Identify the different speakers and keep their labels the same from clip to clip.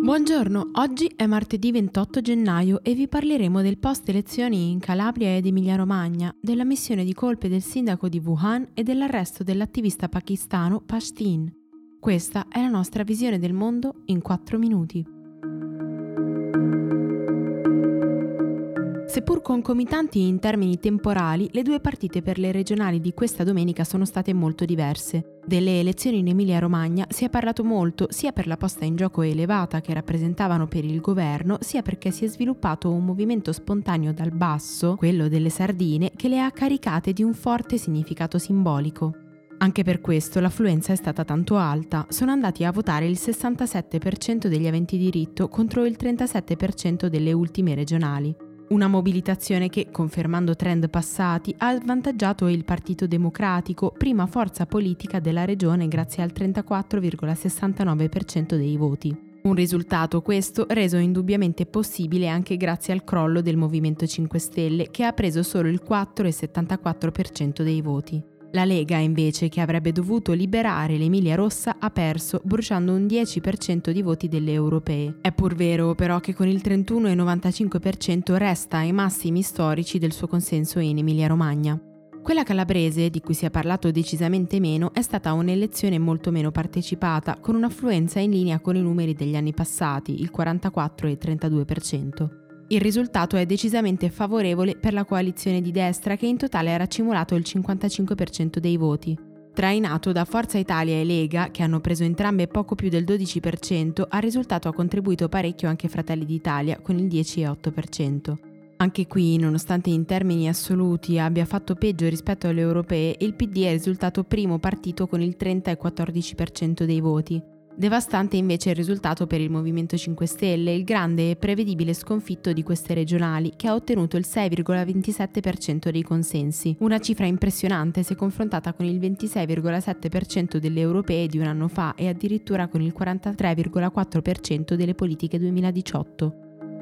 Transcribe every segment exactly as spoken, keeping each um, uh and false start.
Speaker 1: Buongiorno, oggi è martedì ventotto gennaio e vi parleremo del post-elezioni in Calabria ed Emilia-Romagna, della missione di colpe del sindaco di Wuhan e dell'arresto dell'attivista pakistano Pashteen. Questa è la nostra visione del mondo in quattro minuti. Seppur concomitanti in termini temporali, le due partite per le regionali di questa domenica sono state molto diverse. Delle elezioni in Emilia-Romagna si è parlato molto sia per la posta in gioco elevata che rappresentavano per il governo, sia perché si è sviluppato un movimento spontaneo dal basso, quello delle sardine, che le ha caricate di un forte significato simbolico. Anche per questo l'affluenza è stata tanto alta, sono andati a votare il sessantasette per cento degli aventi diritto contro il trentasette per cento delle ultime regionali. Una mobilitazione che, confermando trend passati, ha avvantaggiato il Partito Democratico, prima forza politica della regione grazie al trentaquattro virgola sessantanove per cento dei voti. Un risultato questo reso indubbiamente possibile anche grazie al crollo del Movimento cinque Stelle, che ha preso solo il quattro virgola settantaquattro per cento dei voti. La Lega, invece, che avrebbe dovuto liberare l'Emilia Rossa, ha perso, bruciando un dieci per cento di voti delle europee. È pur vero, però, che con il trentuno virgola novantacinque per cento resta ai massimi storici del suo consenso in Emilia-Romagna. Quella calabrese, di cui si è parlato decisamente meno, è stata un'elezione molto meno partecipata, con un'affluenza in linea con i numeri degli anni passati, il quarantaquattro virgola trentadue per cento. Il risultato è decisamente favorevole per la coalizione di destra, che in totale ha racimolato il cinquantacinque per cento dei voti. Trainato da Forza Italia e Lega, che hanno preso entrambe poco più del dodici per cento, al risultato ha contribuito parecchio anche Fratelli d'Italia, con il dieci virgola otto per cento. Anche qui, nonostante in termini assoluti abbia fatto peggio rispetto alle europee, il P D è risultato primo partito con il trenta virgola quattordici per cento dei voti. Devastante invece il risultato per il Movimento cinque Stelle, il grande e prevedibile sconfitto di queste regionali, che ha ottenuto il sei virgola ventisette per cento dei consensi, una cifra impressionante se confrontata con il ventisei virgola sette per cento delle europee di un anno fa e addirittura con il quarantatré virgola quattro per cento delle politiche duemiladiciotto.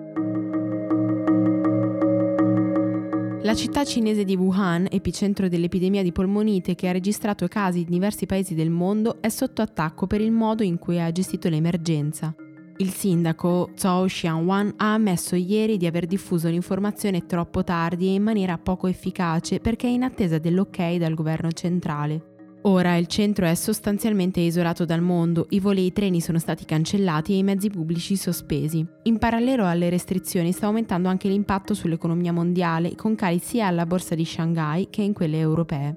Speaker 1: La città cinese di Wuhan, epicentro dell'epidemia di polmonite che ha registrato casi in diversi paesi del mondo, è sotto attacco per il modo in cui ha gestito l'emergenza. Il sindaco Zhou Xianwan ha ammesso ieri di aver diffuso l'informazione troppo tardi e in maniera poco efficace perché è in attesa dell'ok dal governo centrale. Ora il centro è sostanzialmente isolato dal mondo, i voli e i treni sono stati cancellati e i mezzi pubblici sospesi. In parallelo alle restrizioni sta aumentando anche l'impatto sull'economia mondiale, con cali sia alla borsa di Shanghai che in quelle europee.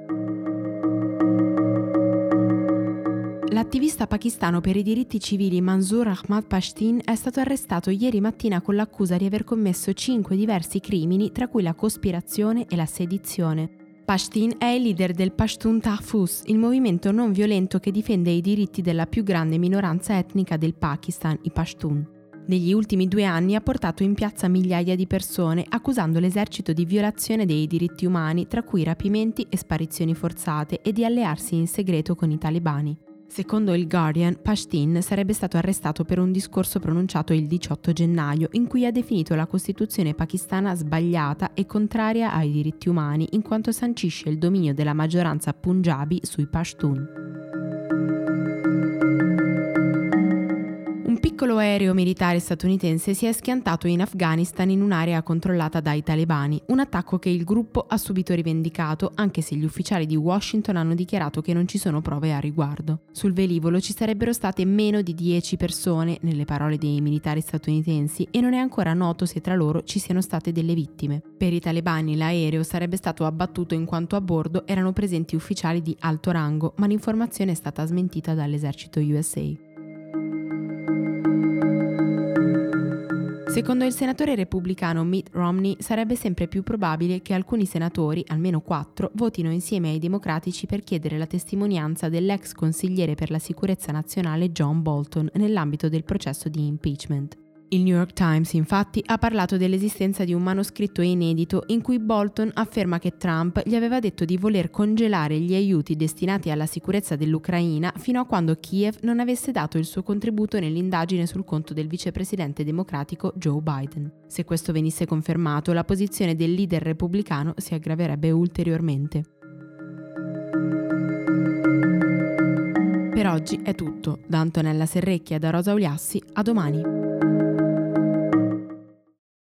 Speaker 1: L'attivista pakistano per i diritti civili Manzoor Ahmad Pashteen è stato arrestato ieri mattina con l'accusa di aver commesso cinque diversi crimini, tra cui la cospirazione e la sedizione. Pashteen è il leader del Pashtun Tahfuz, il movimento non violento che difende i diritti della più grande minoranza etnica del Pakistan, i Pashtun. Negli ultimi due anni ha portato in piazza migliaia di persone, accusando l'esercito di violazione dei diritti umani, tra cui rapimenti e sparizioni forzate, e di allearsi in segreto con i talebani. Secondo il Guardian, Pashteen sarebbe stato arrestato per un discorso pronunciato il diciotto gennaio, in cui ha definito la Costituzione pakistana sbagliata e contraria ai diritti umani, in quanto sancisce il dominio della maggioranza Punjabi sui Pashtun. Un piccolo aereo militare statunitense si è schiantato in Afghanistan in un'area controllata dai talebani, un attacco che il gruppo ha subito rivendicato, anche se gli ufficiali di Washington hanno dichiarato che non ci sono prove a riguardo. Sul velivolo ci sarebbero state meno di dieci persone, nelle parole dei militari statunitensi, e non è ancora noto se tra loro ci siano state delle vittime. Per i talebani l'aereo sarebbe stato abbattuto in quanto a bordo erano presenti ufficiali di alto rango, ma l'informazione è stata smentita dall'esercito U S A. Secondo il senatore repubblicano Mitt Romney, sarebbe sempre più probabile che alcuni senatori, almeno quattro, votino insieme ai democratici per chiedere la testimonianza dell'ex consigliere per la sicurezza nazionale John Bolton nell'ambito del processo di impeachment. Il New York Times, infatti, ha parlato dell'esistenza di un manoscritto inedito in cui Bolton afferma che Trump gli aveva detto di voler congelare gli aiuti destinati alla sicurezza dell'Ucraina fino a quando Kiev non avesse dato il suo contributo nell'indagine sul conto del vicepresidente democratico Joe Biden. Se questo venisse confermato, la posizione del leader repubblicano si aggraverebbe ulteriormente. Per oggi è tutto. Da Antonella Serrecchia e da Rosa Uliassi, a domani.